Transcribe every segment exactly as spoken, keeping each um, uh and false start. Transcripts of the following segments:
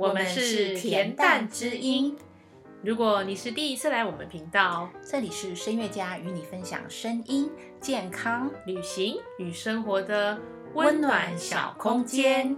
我们是恬淡之音。如果你是第一次来我们频道， 这里是声乐家与你分享声音、健康、 旅行与生活的温暖小空间。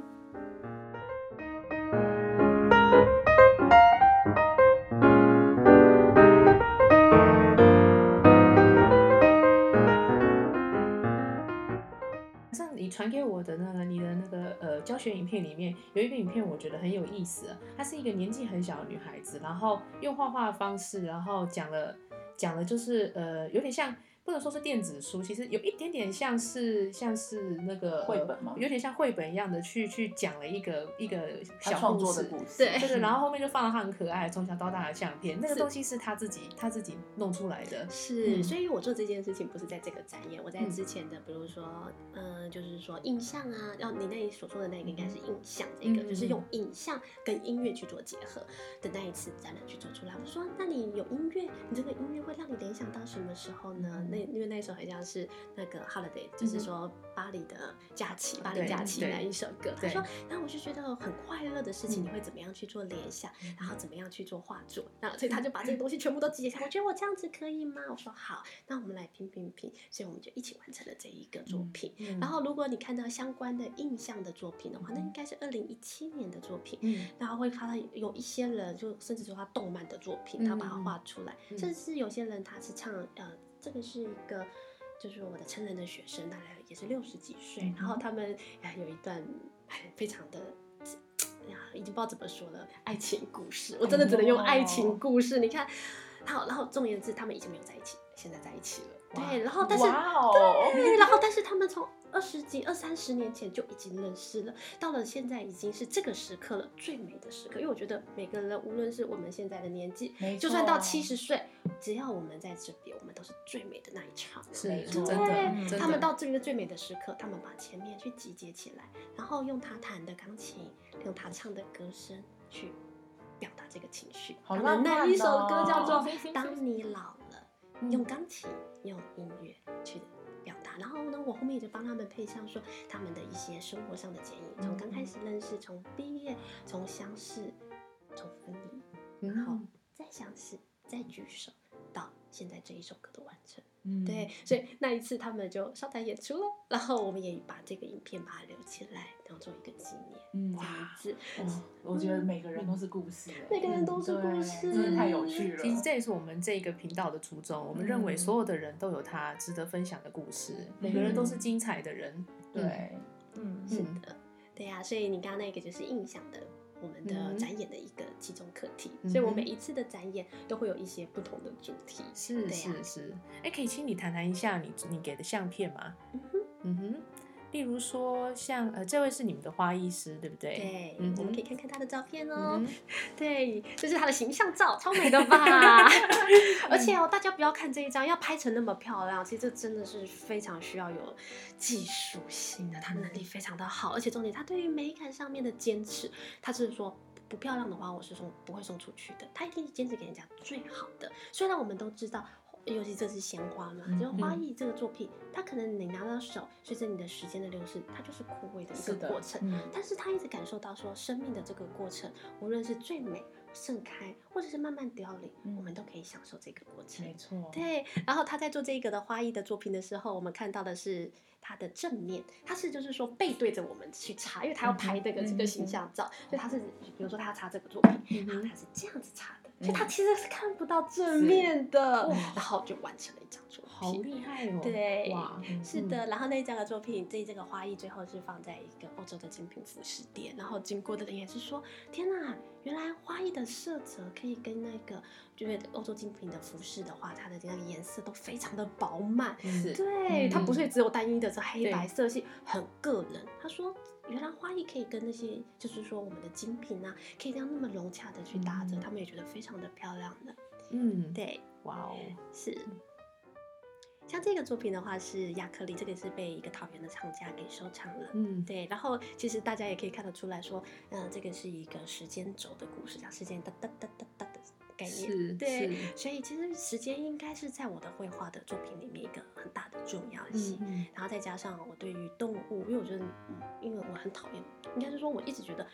上你传给我的那个你的那个呃教学影片里面有一个影片，我觉得很有意思。她是一个年纪很小的女孩子，然后用画画的方式，然后讲了讲了就是呃有点像。不能说是电子书，其实有一点点像是像是那个绘本吗？ 有点像绘本一样的去去讲了一个一个小创作的故事， 对对对，然后后面就放了他很可爱从小到大的相片，那个东西是他自己他自己弄出来的。 是、嗯，所以我做这件事情不是在这个展演，我在之前的，比如说，嗯、呃，就是说影像啊，要你那里所说的那个应该是影像，这个、嗯、就是用影像跟音乐去做结合的那一次展览去做出来。我说，那你有音乐，你这个音乐会让你联想到什么时候呢？那因为那时候好像是那个 holiday， 就是说巴黎的假期，嗯、巴黎假期那一首歌。他说，那我就觉得很快乐的事情，你会怎么样去做联想，嗯、然后怎么样去做画作？那所以他就把这些东西全部都集结下来。我觉得我这样子可以吗？我说好，那我们来拼拼拼。所以我们就一起完成了这一个作品。嗯嗯、然后如果你看到相关的印象的作品的话，那应该是二零一七年的作品。嗯、然后会看到有一些人，就甚至说他动漫的作品，他把它画出来，嗯、甚至有些人他是唱呃，这个是一个。就是我的成人的学生，大概也是六十几岁，嗯、然后他们有一段非常的，呀，已经不知道怎么说了，爱情故事，我真的只能用爱情故事。你看，好，然后重点是他们已经没有在一起，现在在一起了。对，然后但是，对，然后但是他们从二十几、二三十年前就已经认识了，到了现在已经是这个时刻了，最美的时刻。因为我觉得每个人，无论是我们现在的年纪，就算到七十岁，只要我们在这边，我们都是最美的那一场。 是， 真的，他们到这个最美的时刻，他们把前面去集结起来，然后用他弹的钢琴，用他唱的歌声去表达这个情绪。 好浪漫哦！ 那一首歌叫做《当你老了》，嗯、用钢琴，用音乐去表达。然后呢，我后面也就帮他们配上说他们的一些生活上的剪影，从刚开始认识，从毕业，从相识，从分离，然后再相识，再聚首，到现在这一首歌的完成。嗯，对，所以那一次他们就上台演出了，然后我们也把这个影片把它留起来，当做一个纪念。嗯，这样子， 嗯，我觉得每个人都是故事， 每个人都是故事， 真的太有趣了。 其实这也是我们这个频道的初衷，我们认为所有的人都有他值得分享的故事，嗯、每个人都是精彩的人。 对， 嗯，是的，对呀、啊，所以你刚刚那个就是印象的。我们的展演的一个其中课题，嗯、所以我每一次的展演都会有一些不同的主题。 是是是，哎，可以请你谈谈一下你你给的相片吗？嗯哼，嗯哼。例如说像，呃，这位是你们的花艺师，对不对？ 对，嗯、我们可以看看他的照片哦。嗯、对，这是他的形象照，超美的吧？而且哦，大家不要看这一张，要拍成那么漂亮，其实这真的是非常需要有技术性的，他的能力非常的好，而且重点，他对于美感上面的坚持，他是说。不漂亮的话，我是送不会送出去的。他一定是坚持给人家最好的。虽然我们都知道，尤其这是鲜花嘛，就花艺这个作品，它可能你拿到手，随着你的时间的流逝，它就是枯萎的一个过程。嗯、但是他一直感受到说，生命的这个过程，无论是最美、盛开，或者是慢慢凋零，嗯、我们都可以享受这个过程。 没错。 对。然后他在做这个的花艺的作品的时候，我们看到的是。它的正面，它是就是说背对着我们去插，因为他要拍这个、嗯、这个形象照，嗯、所以他是比如说他要插这个作品，嗯、然后他是这样子插的，嗯、所以他其实是看不到正面的，然后就完成了一张作品， 好厉害哦！ 对，哇，是的。然后那一张的作品，这这个花艺最后是放在一个欧洲的精品服饰店，然后经过的人也是说，天哪！原来花艺的色泽可以跟那个，就是欧洲精品的服饰的话，它的那个颜色都非常的饱满，对，嗯、它不是只有单一的这黑白色系，很个人。他说，原来花艺可以跟那些，就是说我们的精品啊，可以这样那么融洽的去搭着，嗯、他们也觉得非常的漂亮的。嗯，对， 哇哦， 是。像这个作品的话是亚克力，这个是被一个桃园的厂家给收藏了。嗯，对。然后其实大家也可以看得出来说，嗯、呃，这个是一个时间轴的故事，讲时间哒哒哒哒哒的概念。 是， 对。所以其实时间应该是在我的绘画的作品里面一个很大的重要性。嗯、然后再加上我对于动物，因为我觉得，嗯，因为我很讨厌，应该是说我一直觉得。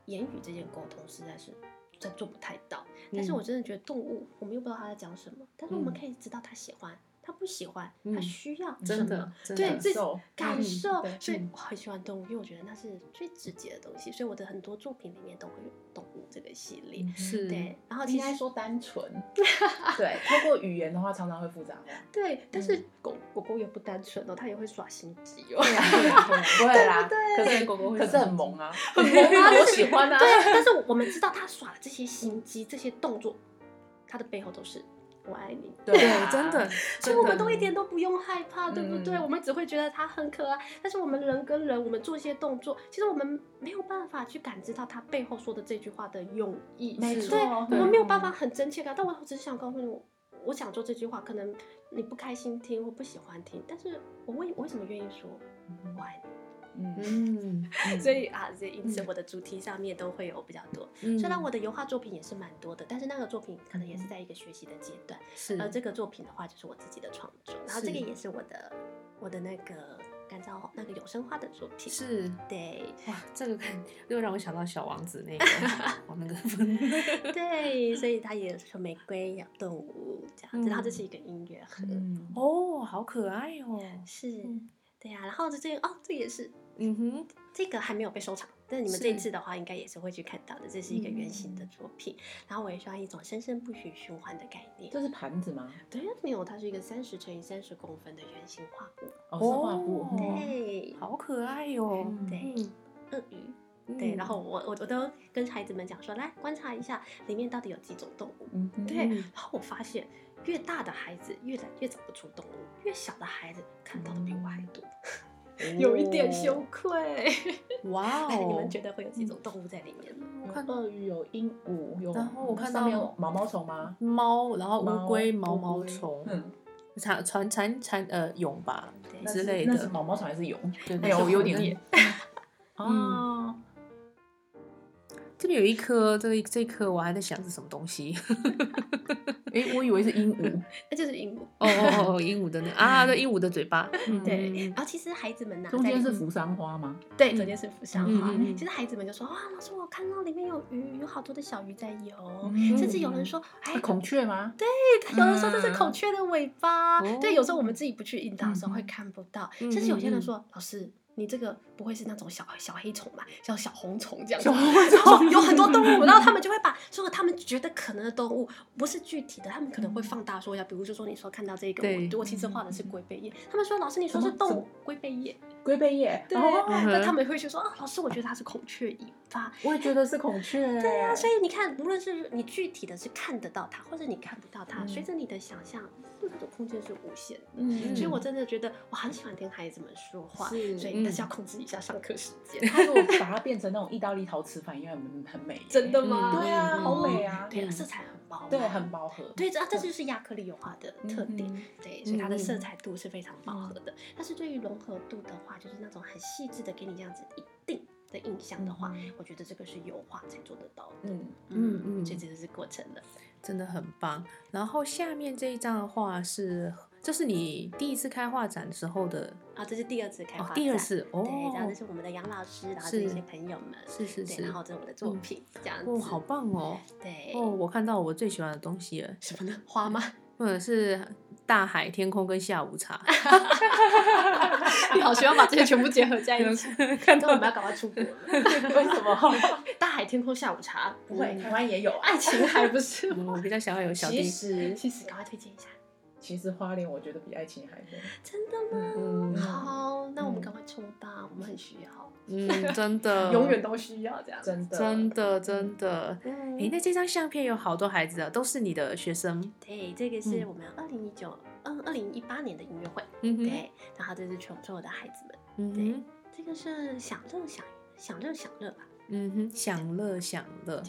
言语这件沟通实在是真做不太到。但是我真的觉得动物，我们又不知道它在讲什么，但是我们可以知道它喜欢。他不喜欢，他需要什么？ 真的，真对，这的受感受。 嗯所以我很喜欢动物，因为我觉得那是最直接的东西。所以我的很多作品里面都会有动物这个系列。 是， 对。然后其实应该说单纯，对，透过语言的话，常常会复杂化。 对，但是狗狗狗也不单纯哦，它也会耍心机哦。 对啊，对啊，不会啦。 对， 可是狗狗会， 可是很萌啊， 很萌啊， 我喜欢啊。 对，但是我们知道它耍的这些心机、这些动作，它的背后都是。我爱你， 对， 啊、 真的， 所以我们都一点都不用害怕，对不对？ 嗯、 我们只会觉得它很可爱，但是我们人跟人，我们做一些动作，其实我们没有办法去感知到它背后说的这句话的用意。 没错， 对，我们没有办法很真切感。但我只是想告诉你，我想做这句话，可能你不开心听或不喜欢听，但是我为我为什么愿意说我爱你？ 嗯， 所以啊，所以因此我的主题上面都会有比较多。嗯、虽然我的油画作品也是蛮多的，但是那个作品可能也是在一个学习的阶段。 是， 而这个作品的话，就是我自己的创作，然后这个也是我的我的那个干燥那个有声花的作品。 是， 对， 哇，这个看又让我想到小王子那个，哦，那个对，所以它也是玫瑰有动物这样子，然后这是一个音乐盒。 嗯、哦，好可爱哦。 是，对呀、啊，然后这这个哦，这也是。 嗯哼， 这个还没有被收藏，但是你们这一次的话，应该也是会去看到的。这是一个圆形的作品，嗯、然后我也喜欢一种生生不息循环的概念。 这是盘子吗？ 对，没有，它是一个三十乘以三十公分的圆形画布。 哦，是画布。 对， 好可爱哟、哦。 对，鳄鱼。对，然后我我我都跟孩子们讲说，来观察一下里面到底有几种动物。 嗯， 对，然后我发现越大的孩子越来越找不出动物，越小的孩子看到的比我还多。有一点羞愧。 哇哦！ 你们觉得会有几种动物在里面呢？ 我看鳄鱼，有鹦鹉，有， 然后我看到上面有毛毛虫吗？ 猫，然后乌龟、毛毛虫， 嗯， 蝉蝉蝉蝉呃蛹吧之类的。 那是毛毛虫还是蛹？ 哎呦，有点脸。 哦。这边有一颗，这个这一颗我还在想是什么东西。 哎，我以为是鹦鹉， 那就是鹦鹉。 哦哦哦，鹦鹉的那啊，对，鹦鹉的嘴巴。 对，然后其实孩子们呢， 中间是扶桑花吗？ 对，中间是扶桑花。其实孩子们就说：“哇，老师，我看到里面有鱼，有好多的小鱼在游。”甚至有人说：“哎， 孔雀吗？” 对，有人说这是孔雀的尾巴。对，有时候我们自己不去引导的时候会看不到。甚至有些人说：“老师。”你这个不会是那种小小黑虫吧？像小红虫这样子， 小红虫有很多动物，然后他们就会把所有他们觉得可能的动物，不是具体的，他们可能会放大说一下，比如就说你说看到这个，我我其实画的是龟背叶，他们说老师你说是动物龟背叶， 龟背叶， 对，那他们会去说啊，老师我觉得它是孔雀尾巴， 我也觉得是孔雀， 对啊，所以你看，无论是你具体的是看得到它，或者你看不到它，随着你的想象，那种空间是无限的，嗯，所以我真的觉得我很喜欢听孩子们说话，所以但是要控制一下上课时间。 他如果把它变成那种意大利陶瓷盘，因为很很美， 真的吗？ 对啊，好美啊， 对，色彩很薄， 对，很饱和， 对，这这就是亚克力油画的特点，对，所以它的色彩度是非常饱和的。但是对于融合度的话，就是那种很细致的给你这样子一定的印象的话，我觉得这个是油画才做得到的。嗯嗯嗯，这这就是过程的， 真的很棒。然后下面这一张的话是。这是你第一次开画展的时候的啊，这是第二次开画展， 哦、第二次哦， 对，然后这是我们的杨老师，然后这些朋友们， 是是是， 然后这是我的作品，嗯、这样子， 哦，好棒哦， 对， 哦，我看到我最喜欢的东西了， 什么呢？花吗？ 或者是大海、天空跟下午茶。 你好，希望把这些全部结合在一起。看到我们要赶快出国了， 为什么？ 大海、天空、下午茶， 不会，台湾也有爱琴海，不是？ 我比较想要有小弟， 其实其实赶快推荐一下。 其实花莲我觉得比爱琴海美， 真的吗？嗯、好，那我们赶快冲吧，嗯、我们很需要。 嗯，真的， 永远都需要这样， 真的， 真的，真的。嗯，哎，那这张相片有好多孩子啊，都是你的学生。 对，这个是我们二零一九，嗯，二零一八年的音乐会。 嗯对，然后这是全所有的孩子们。 嗯对，这个是享乐享享乐享乐吧。 嗯哼，享乐享乐， 就是这一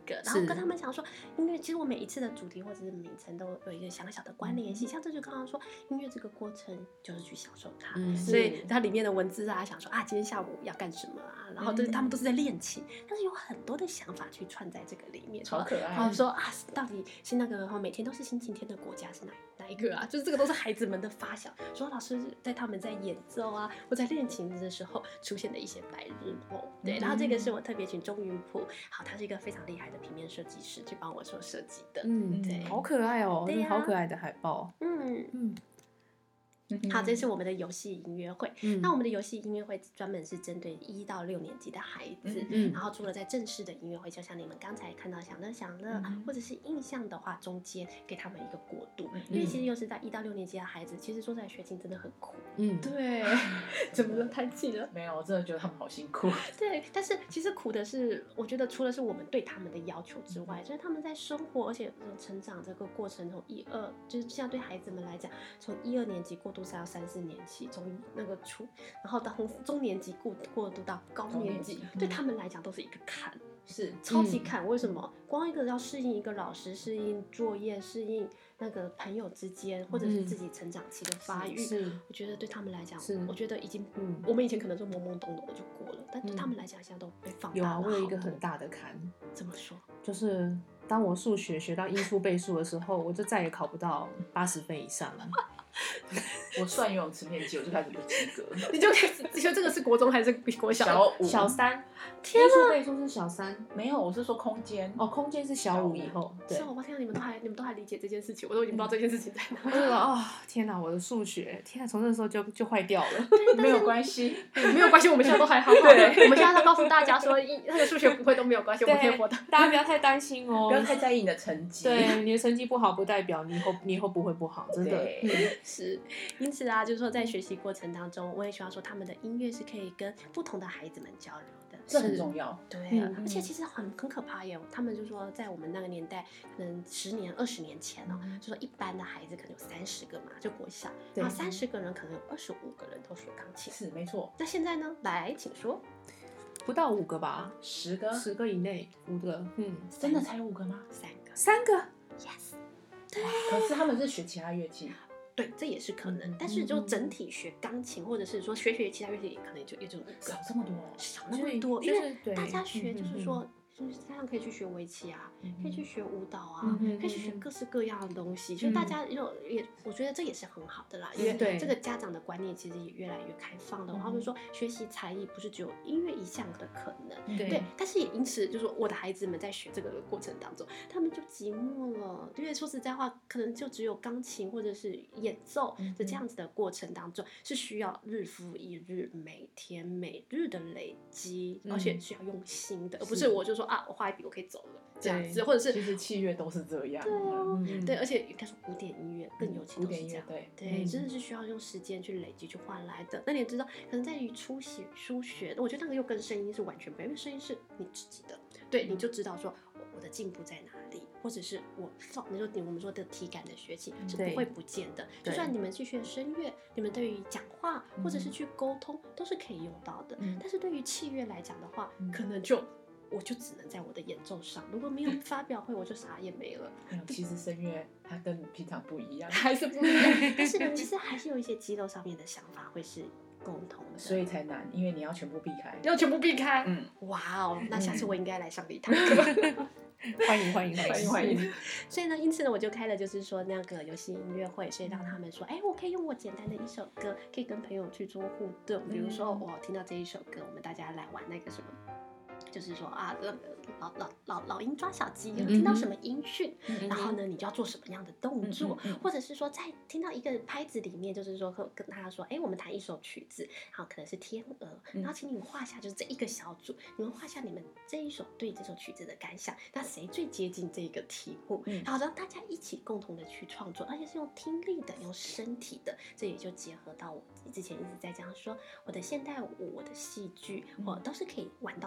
个，然后跟他们讲说，音乐其实我每一次的主题或者是名称都有一个小小的关联性，像这就刚刚说音乐这个过程就是去享受它， 嗯所以它里面的文字啊，想说啊今天下午要干什么啊，然后都、 嗯、 他们都是在练琴，但是有很多的想法去串在这个里面， 好可爱。 然后说啊，到底是那个每天都是星期天的国家是哪哪一个啊？就是这个都是孩子们的发想。说老师在他们在演奏啊，或在练琴的时候出现的一些白日梦。对，然后这个是我特别请钟云普，好，他是一个非常厉害的平面设计师，去帮我做设计的。 嗯， 对， 好可爱哦， 对呀、 好可爱的海报。 嗯嗯。 好，这是我们的游戏音乐会。 嗯、 那我们的游戏音乐会专门是针对一到六年级的孩子， 嗯、 然后除了在正式的音乐会，就像你们刚才看到享乐享乐，嗯、或者是印象的话，中间给他们一个过渡，嗯、因为其实又是在一到六年级的孩子，其实说起来学琴真的很苦。 嗯， 对，怎么了？叹气了？ 没有，我真的觉得他们好辛苦。 对，但是其实苦的是，我觉得除了是我们对他们的要求之外，就是他们在生活而且成长这个过程，从一二，就是现在对孩子们来讲，从一二年级过渡到三四年。从那个初，然后到中年级过过渡到高年级，对他们来讲都是一个坎， 是超级坎。嗯、为什么？光一个要适应一个老师、适应作业、适应那个朋友之间，或者是自己成长期的发育， 嗯、 我觉得对他们来讲， 是我觉得已经， 嗯， 我们以前可能是懵懵懂懂的就过了，但对他们来讲，现在都被放大了。 有啊，我有一个很大的坎， 怎么说？ 就是当我数学学到因数倍数的时候，我就再也考不到八十分以上了。 我算游泳池面积，我就开始不及格。 你就开始，你说这个是国中还是国小？ 小五、 小三。 天啊！ 因数倍数是小三， 没有，我是说空间。 哦，空间是小五以后。对。 是，我天啊，你们都还你们都还理解这件事情，我都已经不知道这件事情在哪。 我就说哦，天哪，我的数学，天哪，从那时候就就坏掉了。 没有关系， 没有关系，我们现在都还好好的。我们现在在告诉大家说，那个数学不会都没有关系，我们可以活的。 大家不要太担心哦， 不要太在意你的成绩。 对，你的成绩不好不代表你以后你以后不会不好，真的。 是。因此啊，就是说在学习过程当中，我也希望说他们的音乐是可以跟不同的孩子们交流的， 这很重要。 对、嗯，而且其实很很可怕耶。他们就说，在我们那个年代，可能十年、二十年前哦，嗯、就说一般的孩子可能有三十个嘛，就国小，然后三十个人可能有二十五个人都学钢琴。 是，没错。 那现在呢？来，请说。 不到五个吧， 十个， 十个以内，五个，嗯， 真的才五个吗？ 三个， 三个 ，yes。对。 可是他们是学其他乐器。 对，这也是可能，嗯、但是就整体学钢琴，或者是说学学其他乐器，可能也就也就五个， 少这么多， 少那么多， 因为大家学就是说。就是这样可以去学围棋啊，嗯、可以去学舞蹈啊，嗯、可以去学各式各样的东西。所以、嗯、大家有也，我觉得这也是很好的啦，因为这个家长的观念其实也越来越开放的。他们说学习才艺不是只有音乐一项的可能，对，对。但是也因此，就是我的孩子们在学这个过程当中，他们就寂寞了。因为说实在话，可能就只有钢琴或者是演奏的这样子的过程当中，是需要日复一日、每天每日的累积，而且是要用心的，而不是我就说。啊，我画一笔我可以走了，这样子，或者是其实器乐都是这样， 对啊，嗯、对，而且应该说古典音乐更尤其都是这样， 对对，真的是需要用时间去累积去换来的。那你也知道，可能在于初写初学，我觉得那个又跟声音是完全不一样，因为声音是你自己的，对，你就知道说我我的进步在哪里，或者是我放，你说你我们说的体感的学习是不会不见的。就算你们去学声乐，你们对于讲话或者是去沟通都是可以用到的，嗯、但是对于器乐来讲的话，嗯、可能就。我就只能在我的演奏上，如果没有发表会，我就啥也没了。 没有，其实声乐它跟平常不一样， 还是不一样。但是其实还是有一些肌肉上面的想法会是共同的， 所以才难，因为你要全部避开， 要全部避开。 嗯， 哇哦，那下次我应该来上一堂课。 欢迎欢迎欢迎欢迎！ 所以呢，因此呢，我就开了就是说那个游戏音乐会，所以让他们说，哎，我可以用我简单的一首歌，可以跟朋友去做互动。比如说，我听到这一首歌，我们大家来玩那个什么。就是说啊，老老老老鹰抓小鸡，有听到什么音讯，嗯、然后呢，你就要做什么样的动作，嗯嗯嗯、或者是说，在听到一个拍子里面，就是说跟他说，哎，我们弹一首曲子，然后可能是天鹅，然后请你们画下，就是这一个小组，你们画下你们这一首对这首曲子的感想，那谁最接近这个题目，嗯、然后让大家一起共同的去创作，而且是用听力的，用身体的，这也就结合到我之前一直在讲说，我的现代舞、我的戏剧，我都是可以玩到里面。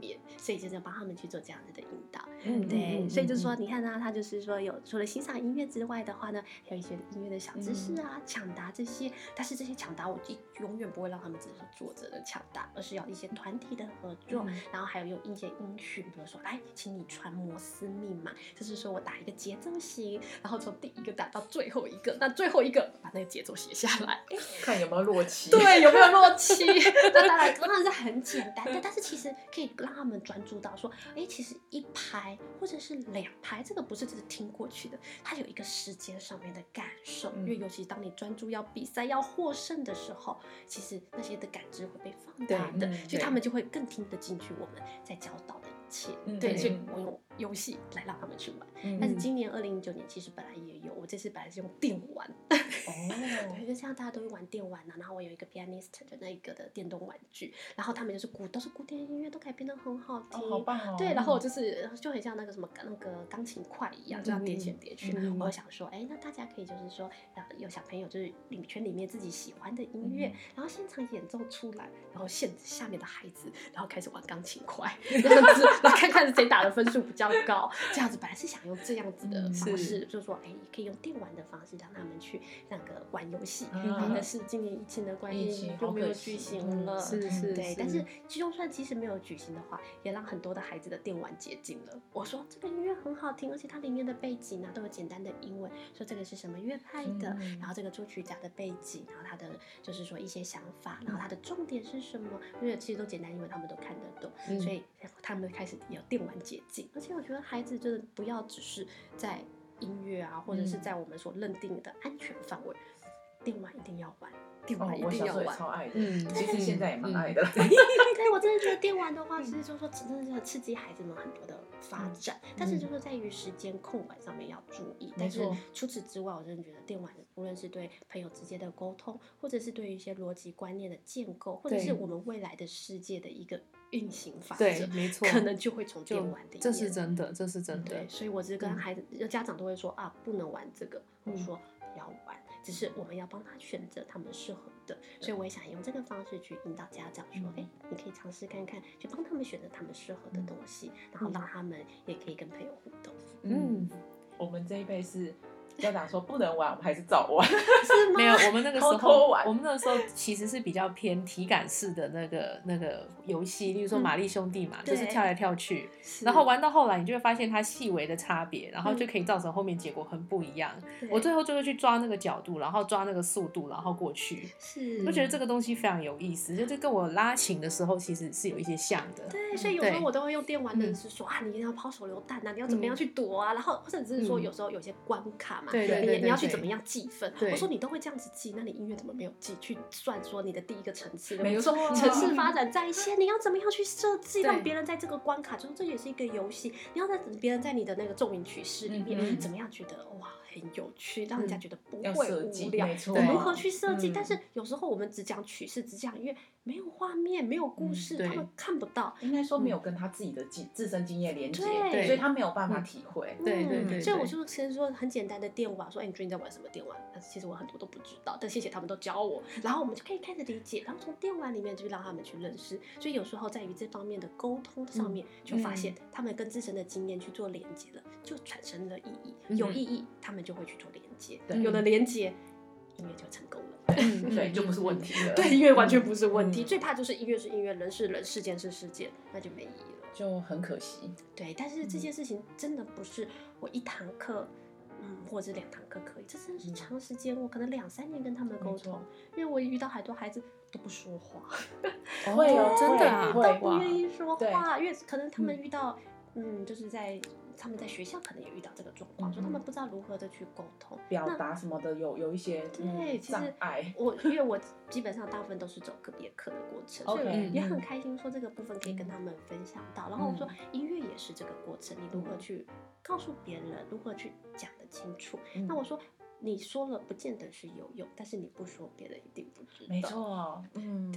点，所以就是帮他们去做这样子的引导。 嗯对，所以就是说， 嗯你看呢，他就是说有除了欣赏音乐之外的话呢，还有一些音乐的小知识啊、抢答这些。但是这些抢答，我永远不会让他们只是坐着的抢答，而是要一些团体的合作， 嗯然后还有用一些音讯，比如说，来，请你传摩斯密码，就是说我打一个节奏型，然后从第一个打到最后一个，那最后一个把那个节奏写下来， 看有没有落期。 对，有没有默契？那当然，当然是很简单的，但是其实可以让他们专注到说，哎，其实一拍或者是两拍，这个不是只是听过去的，它有一个时间上面的感受。 嗯因为尤其当你专注要比赛、要获胜的时候，其实那些的感知会被放大的， 对嗯所以他们就会更听得进去我们在教导的一切。 嗯对， 对所以我用游戏来让他们去玩。 嗯但是今年二零一九年其实本来也有，我这次本来是用电玩。 哦对，就像大家都会玩电玩啊，然后我有一个 pianist 的那个的电动玩具，然后他们就是古都是古典音乐，都改编得很好听， 哦好棒哦对，然后我就是就很像那个什么那个钢琴块一样，这样叠起来叠去。 嗯我想说，哎，那大家可以就是说，呃，有小朋友就是里圈里面自己喜欢的音乐， 嗯然后现场演奏出来，然后现下面的孩子，然后开始玩钢琴块，这样子，然后看看谁打的分数比较高，这样子本来是想用这样子的嗯方式， 是就是说，哎，也可以用电玩的方式让他们去那个玩游戏， 嗯然后但是今年疫情的关系疫情就没有好可惜举行嗯了， 是是对， 是但是就算即使没有举行的话，也让很多的孩子的电玩解禁了。我说这个音乐很好听，而且它里面的背景呢、啊、都有简单的英文，说这个是什么乐派的， 嗯然后这个作曲家的背景，然后他的就是说一些想法，然后他的重点是什么，因为其实都简单英文他们都看得懂， 嗯所以他们开始有电玩解禁。而且我觉得孩子真的不要只是在音乐啊，或者是嗯在我们所认定的安全范围，电玩一定要玩，电哦玩一我小时候也定要玩。 超爱的， 嗯其实现在也蛮爱的。 对，我真的觉得电玩的话，是就是说真的是很刺激孩子们很多的发展，但是就是在于时间控管上面要注意。但是没错除此之外，我真的觉得电玩无论是对朋友之间的沟通，或者是对于一些逻辑观念的建构，或者对是我们未来的世界的一个运行法对则， 没错可能就会从就电玩里面。 这是真的，这是真的对，。所以我是跟孩子、家长都会说啊，不能玩这个。我说不要玩，只是我们要帮他选择他们适合的。所以我也想用这个方式去引导家长说，哎、你可以尝试看看，去帮他们选择他们适合的东西，然后让他们也可以跟朋友互动。 嗯， 我们这一辈是家长说不能玩，我们还是照玩。 是吗？ 没有，我们那个时偷偷候， 玩我们那个时候其实是比较偏体感式的那个那个游戏，例如说嗯玛丽兄弟嘛，就是对跳来跳去， 是然后玩到后来，你就会发现它细微的差别，然后就可以造成后面结果很不一样。 对我最后就会去抓那个角度，然后抓那个速度，然后过去。 是我觉得这个东西非常有意思，就是跟我拉琴的时候其实是有一些像的。 对，所以有时候对我都会用电玩的是说、啊，你一定要抛手榴弹啊，你要怎么样去躲啊，然后甚至是说嗯有时候有些关卡嘛， 对对对对你你要去对怎么样计分？ 对我说你都会这样子记，那你音乐怎么没有记？去算说你的第一个层次， 没比如说错城市发展在线，你要怎么样去设计， 对让别人在这个关卡中，这也是一个游戏，你要让别人在你的那个奏鸣曲式里面、 嗯怎么样觉得哇很有趣，让人家觉得不要会设计无聊没，错如何去设计？ 嗯但是有时候我们只讲曲式，只讲音乐，没有画面，没有故事， 对他们看不到。 应该说没有跟他自己的经自身经验连接， 对所以他没有办法体会。 对对对嗯所以我对就其实说很简单的电玩，说哎，你最近在玩什么电玩？但是其实我很多都不知道，但谢谢他们都教我，然后我们就可以开始理解，然后从电玩里面就让他们去认识。所以有时候在于这方面的沟通上面，就发现他们跟自身的经验去做连接了，就产生了意义。 嗯有意义，他们就会去做连接， 对有了连接，音乐就成功了。 嗯对，就不是问题了。 对，音乐完全不是问题， 嗯最怕就是音乐是音乐，人是人，事件是事件，那就没意义了。 就很可惜。 对，但是这件事情真的不是我一堂课，嗯，或者是两堂课可以，这真的是长时间，我可能两三年跟他们沟没错通，因为我遇到很多孩子都不说话， 会哦， 真的啊会都不哇愿意说对话，因为可能他们遇到，嗯，就是在他们在学校可能也遇到这个状况，说他们不知道如何的去沟通表那达什么的有有一些对嗯其实障碍。 我因为我基本上大部分都是走个别课的过程，所以 OK， 也很嗯开心说这个部分可以跟他们分享到。然后我说音乐也是这个过程，你如何去告诉别人，如何去讲得清楚。 嗯那我说你说了不见得是有用，但是你不说别人一定不知道。 没错，嗯， 对，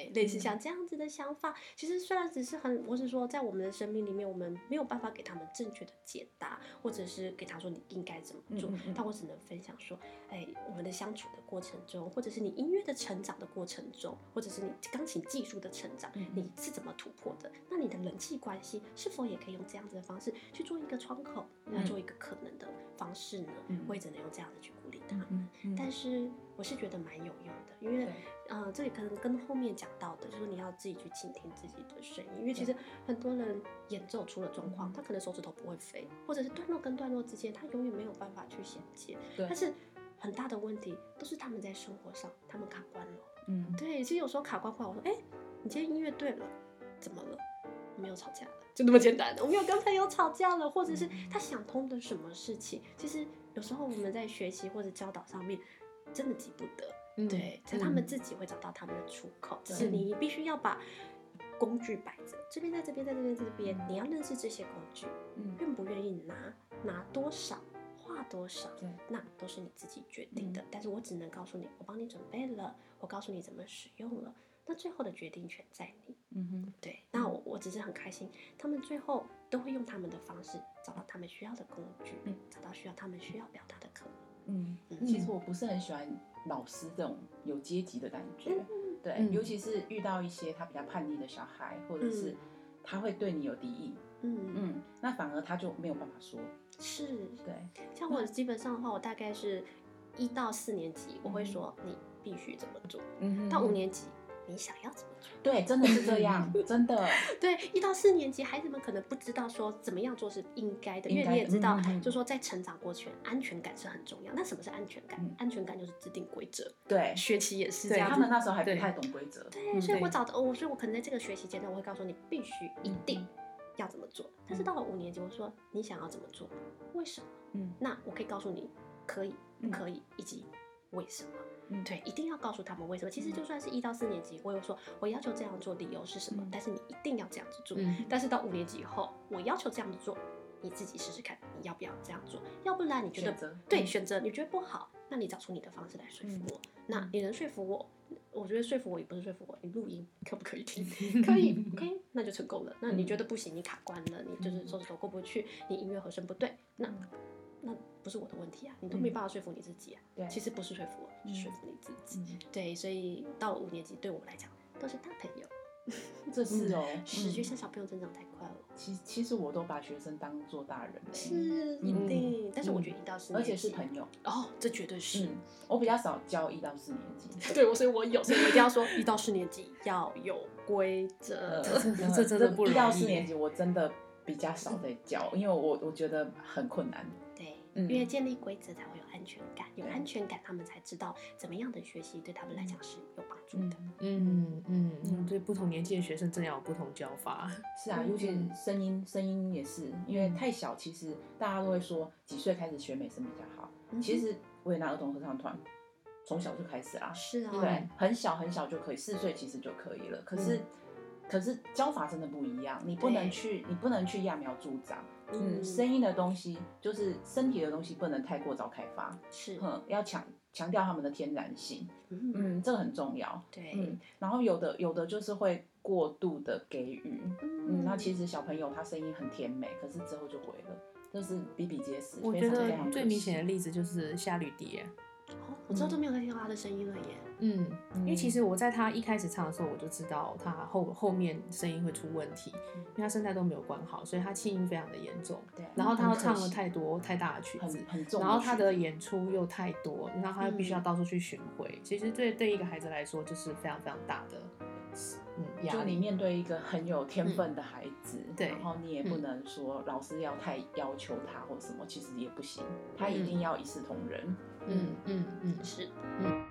对，类似像这样子的想法，其实虽然只是很，我是说在我们的生命里面，我们没有办法给他们正确的解答，或者是给他说你应该怎么做， 嗯嗯嗯但我只能分享说，哎，我们的相处的过程中，或者是你音乐的成长的过程中，或者是你钢琴技术的成长， 嗯嗯你是怎么突破的？那你的人际关系是否也可以用这样子的方式去做一个窗口，来做一个可能的方式呢？ 嗯我也只能用这样子去鼓励他们。 嗯嗯但是我是觉得蛮有用的，因为对呃，这里可能跟后面讲到的，就是你要自己去倾听自己的声音，因为其实很多人演奏出了状况，他可能手指头不会飞，或者是段落跟段落之间，他永远没有办法去衔接。 对但是很大的问题都是他们在生活上他们卡关了。 嗯对，其实有时候卡关过来，我说，哎，你今天音乐对了，怎么了？我没有吵架了，就那么简单。我没有跟朋友吵架了，或者是他想通的什么事情，其实有时候我们在学习或者教导上面真的急不得。 嗯对，所以他们自己会找到他们的出口，只是你必须要把工具摆着，这边在这边，在这边在这边，你要认识这些工具， 嗯愿不愿意拿，拿多少，花多少， 对那都是你自己决定的。但是我只能告诉你，我帮你准备了，我告诉你怎么使用了，那最后的决定权在你。 嗯哼， 对，那我我只是很开心，他们最后都会用他们的方式找到他们需要的工具， 嗯找到需要他们需要表达的可能。 嗯， 嗯其实我不是很喜欢老师这种有阶级的感觉，对， 嗯尤其是遇到一些他比较叛逆的小孩，或者是嗯他会对你有敌意， 嗯， 嗯，那反而他就没有办法说， 是， 对， 像我基本上的话，我大概是一到四年级，我会说你必须怎么做， 嗯哼到五年级你想要怎么做。 对，真的是这样，真的， 对，一到四年级，孩子们可能不知道说怎么样做是应该的，因为应该的你也知道， 嗯嗯嗯就是说在成长过程，安全感是很重要。那什么是安全感？ 嗯安全感就是制定规则。 对， 学期也是这样子。 对他们那时候还不对太懂规则， 对， 嗯对所以我找的，哦，所以我可能在这个学习阶段，我会告诉你必须一定要怎么做。但是到了五年级，我说你想要怎么做，为什么？ 嗯那我可以告诉你可以、不嗯可以，以及为什么。 嗯对，一定要告诉他们为什么。其实就算是一到四年级，我有说我要求这样做，理由是什么？ 嗯但是你一定要这样子做。 嗯但是到五年级以后，我要求这样子做，你自己试试看，你要不要这样做？要不然你觉得选择对嗯选择你觉得不好，那你找出你的方式来说服嗯我。那你能说服我？我觉得说服我也不是说服我，你录音可不可以听？可以，OK，那就成功了。那你觉得不行，你卡关了，你就是手指头过不去，你音乐和声不对，那那不是我的问题啊，你都没办法说服你自己啊。 对其实不是说服我，是说服你自己。 嗯对，所以到了五年级，对我来讲都是大朋友。 这是哦， 是， 嗯就像小朋友增长太快了。 其其实我都把学生当做大人嘞， 是一定，但是我觉得一到四年级， 而且是朋友， 哦，这绝对是。 嗯，我比较少教一到四年级， 对，我所以我有，所以我一定要说，一到四年级要有规则。 这这真的不容易一到四年级我真的比较少在教，因为我我觉得很困难。 对， 嗯因为建立规则才会有安全感，有对安全感，他们才知道怎么样的学习对他们来讲是有帮助的。 嗯嗯嗯，对不同年纪的学生真要有不同教法。 是啊，尤其是声音，声音也是，因为太小，其实大家都会说几岁开始学美声比较好。 嗯其实维也纳儿童合唱团从小就开始啦， 是啊， 对，很小很小就可以，四岁其实就可以了。可是，可是教法真的不一样，你不能去，你不能去揠苗助长。嗯，声音的东西就是身体的东西，不能太过早开发。 是， 嗯，要强强调他们的天然性。 嗯， 嗯，这个很重要。 对， 嗯，然后有的有的就是会过度的给予。嗯，那其实小朋友他声音很甜美，可是之后就毁了，这是比比皆是。 我觉非常非常可惜得最明显的例子就是夏绿蒂。 哦，我之后都没有再听到他的声音了耶。 嗯，因为其实我在他一开始唱的时候，我就知道他后后面声音会出问题，因为他声带都没有关好，所以他气音非常的严重。 对， 然后他又唱了很可惜太多太大的曲子很，很重， 然后他的演出又太多，然后他必须要嗯到处去巡回。其实对对一个孩子来说，就是非常非常大的嗯压就你力。 面对一个很有天分的孩子， 对然后你也不能说老师要太要求他或什么，其实也不行，他一定要一视同仁。 嗯嗯嗯， 是。 嗯